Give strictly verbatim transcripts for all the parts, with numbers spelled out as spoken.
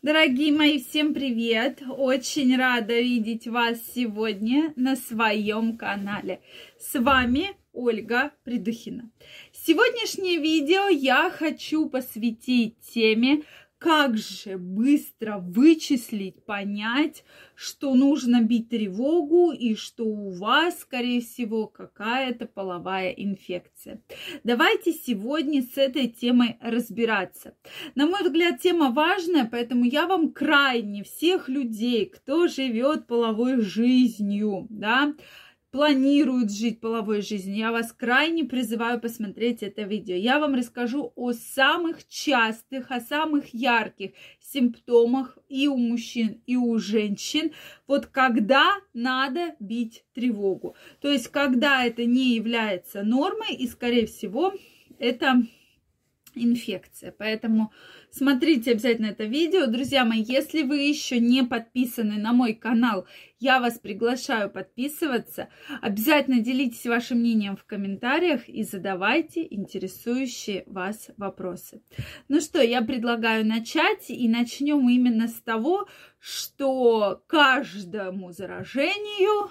Дорогие мои, всем привет! Очень рада видеть вас сегодня на своем канале. С вами Ольга Придухина. Сегодняшнее видео я хочу посвятить теме, как же быстро вычислить, понять, что нужно бить тревогу и что у вас, скорее всего, какая-то половая инфекция. Давайте сегодня с этой темой разбираться. На мой взгляд, тема важная, поэтому я вам крайне всех людей, кто живет половой жизнью, да, планируют жить половой жизнью, я вас крайне призываю посмотреть это видео. Я вам расскажу о самых частых, о самых ярких симптомах и у мужчин, и у женщин, вот когда надо бить тревогу. То есть, когда это не является нормой, и, скорее всего, это инфекция. Поэтому смотрите обязательно это видео. Друзья мои, если вы еще не подписаны на мой канал, я вас приглашаю подписываться. Обязательно делитесь вашим мнением в комментариях и задавайте интересующие вас вопросы. Ну что, я предлагаю начать, и начнем именно с того, что каждому заражению...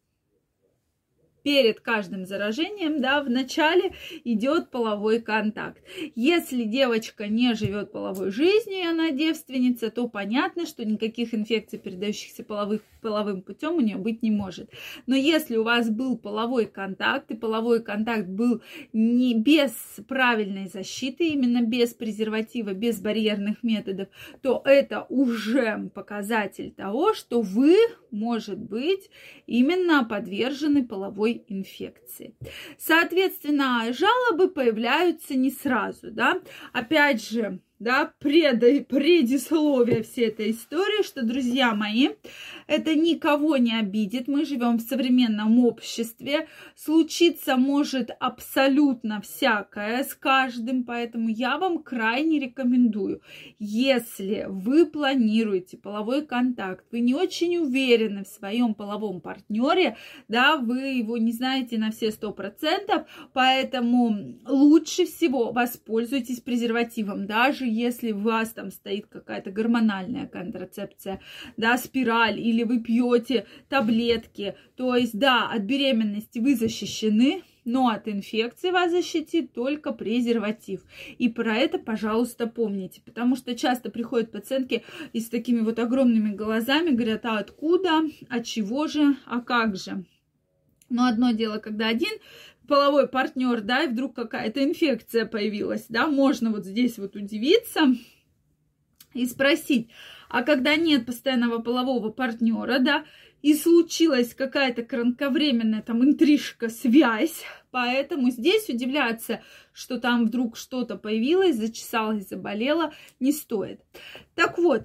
Перед каждым заражением, да, в начале идет половой контакт. Если девочка не живет половой жизнью, и она девственница, то понятно, что никаких инфекций, передающихся половых, половым путем, у нее быть не может. Но если у вас был половой контакт, и половой контакт был не без правильной защиты, именно без презерватива, без барьерных методов, то это уже показатель того, что вы, может быть, именно подвержены половой инфекции. Соответственно, жалобы появляются не сразу, да. Опять же, да, пред, предисловие всей этой истории, что, друзья мои, это никого не обидит. Мы живем в современном обществе. Случиться может абсолютно всякое с каждым, поэтому я вам крайне рекомендую, если вы планируете половой контакт, вы не очень уверены в своем половом партнере, да, вы его не знаете на все сто процентов, поэтому лучше всего воспользуйтесь презервативом, даже если у вас там стоит какая-то гормональная контрацепция, да, спираль, или вы пьете таблетки, то есть, да, от беременности вы защищены, но от инфекции вас защитит только презерватив. И про это, пожалуйста, помните, потому что часто приходят пациентки и с такими вот огромными глазами, говорят, а откуда, а чего же, а как же. Но одно дело, когда один половой партнер, да, и вдруг какая-то инфекция появилась, да, можно вот здесь вот удивиться и спросить, а когда нет постоянного полового партнера, да, и случилась какая-то кратковременная там интрижка, связь, поэтому здесь удивляться, что там вдруг что-то появилось, зачесалось, заболело, не стоит. Так вот,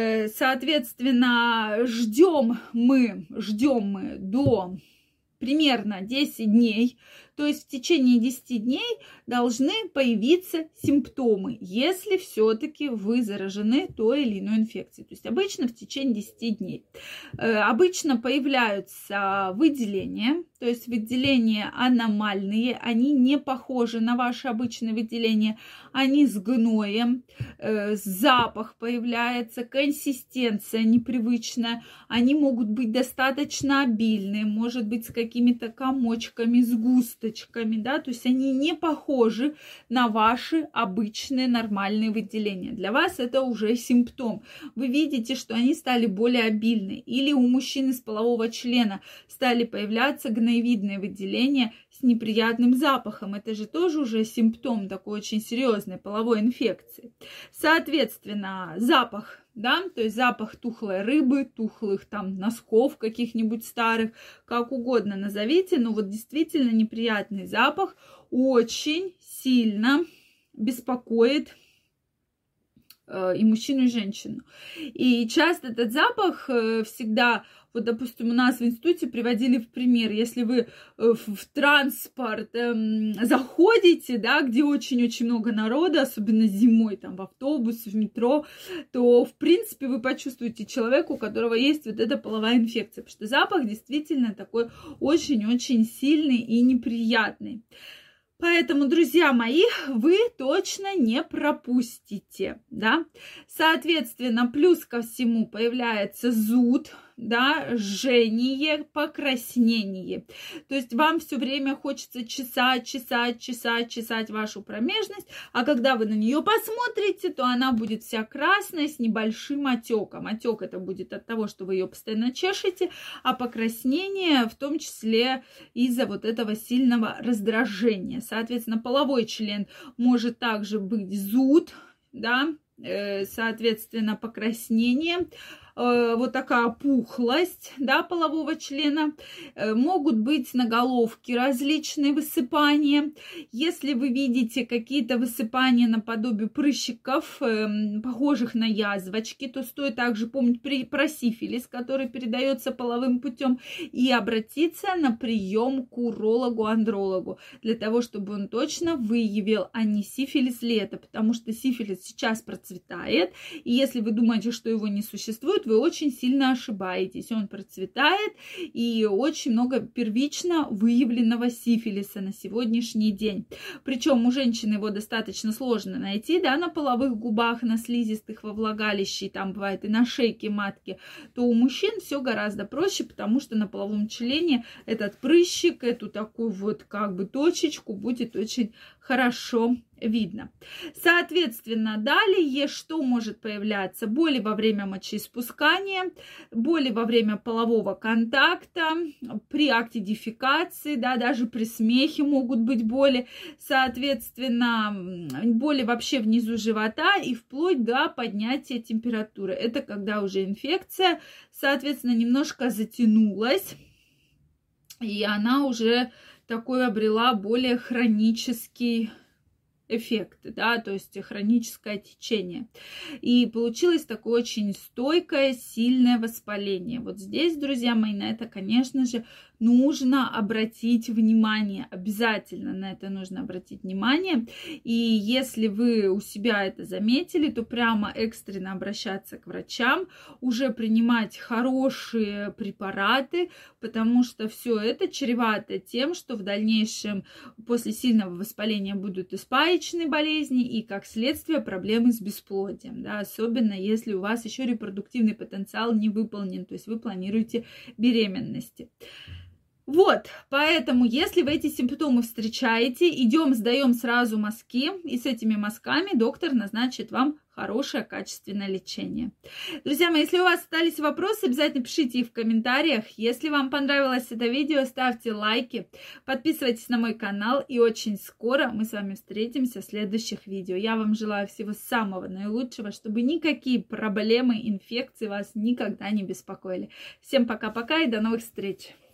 соответственно, ждем мы, ждем мы до примерно десять дней, то есть в течение десяти дней должны появиться симптомы, если все-таки вы заражены той или иной инфекцией. То есть обычно в течение десяти дней. Обычно появляются выделения, то есть выделения аномальные, они не похожи на ваши обычные выделения, они с гноем, запах появляется, консистенция непривычная, они могут быть достаточно обильные, может быть с какими-то комочками, сгустками, да, то есть они не похожи на ваши обычные нормальные выделения. Для вас это уже симптом. Вы видите, что они стали более обильны. Или у мужчины с полового члена стали появляться гноевидные выделения с неприятным запахом. Это же тоже уже симптом такой очень серьезной половой инфекции. Соответственно, запах, да, то есть запах тухлой рыбы, тухлых там носков каких-нибудь старых, как угодно назовите, но вот действительно неприятный запах очень сильно беспокоит э, и мужчину, и женщину. И часто этот запах э, всегда... Вот, допустим, у нас в институте приводили в пример, если вы в транспорт эм, заходите, да, где очень-очень много народа, особенно зимой, там, в автобус, в метро, то, в принципе, вы почувствуете человека, у которого есть вот эта половая инфекция, потому что запах действительно такой очень-очень сильный и неприятный. Поэтому, друзья мои, вы точно не пропустите, да. Соответственно, плюс ко всему появляется зуд, да, жжение, покраснение. То есть вам все время хочется чесать, чесать, чесать, чесать вашу промежность, а когда вы на нее посмотрите, то она будет вся красная с небольшим отеком. Отек это будет от того, что вы ее постоянно чешете, а покраснение в том числе из-за вот этого сильного раздражения. Соответственно, половой член может также быть зуд, да, соответственно, покраснение, вот такая опухлость, да, полового члена. Могут быть на головке различные высыпания. Если вы видите какие-то высыпания наподобие прыщиков, похожих на язвочки, то стоит также помнить про сифилис, который передается половым путем, и обратиться на прием к урологу-андрологу, для того, чтобы он точно выявил, а не сифилис ли это, потому что сифилис сейчас процветает, и если вы думаете, что его не существует, вы очень сильно ошибаетесь. Он процветает, и очень много первично выявленного сифилиса на сегодняшний день. Причем у женщины его достаточно сложно найти, да, на половых губах, на слизистых, во влагалище, там бывает и на шейке матки, то у мужчин все гораздо проще, потому что на половом члене этот прыщик, эту такую вот как бы точечку будет очень хорошо видно. Соответственно, далее что может появляться? Боли во время мочеиспускания, боли во время полового контакта, при акте дефекации, да, даже при смехе могут быть боли. Соответственно, боли вообще внизу живота и вплоть до поднятия температуры. Это когда уже инфекция, соответственно, немножко затянулась, и она уже такой обрела более хронический эффект, да, то есть хроническое течение. И получилось такое очень стойкое, сильное воспаление. Вот здесь, друзья мои, на это, конечно же, нужно обратить внимание. Обязательно на это нужно обратить внимание. И если вы у себя это заметили, то прямо экстренно обращаться к врачам, уже принимать хорошие препараты, потому что все это чревато тем, что в дальнейшем после сильного воспаления будут и спаечные болезни, и как следствие проблемы с бесплодием, да, особенно если у вас еще репродуктивный потенциал не выполнен, то есть вы планируете беременности. Вот, поэтому, если вы эти симптомы встречаете, идем, сдаем сразу мазки, и с этими мазками доктор назначит вам хорошее, качественное лечение. Друзья мои, если у вас остались вопросы, обязательно пишите их в комментариях. Если вам понравилось это видео, ставьте лайки, подписывайтесь на мой канал, и очень скоро мы с вами встретимся в следующих видео. Я вам желаю всего самого наилучшего, чтобы никакие проблемы, инфекции вас никогда не беспокоили. Всем пока-пока и до новых встреч!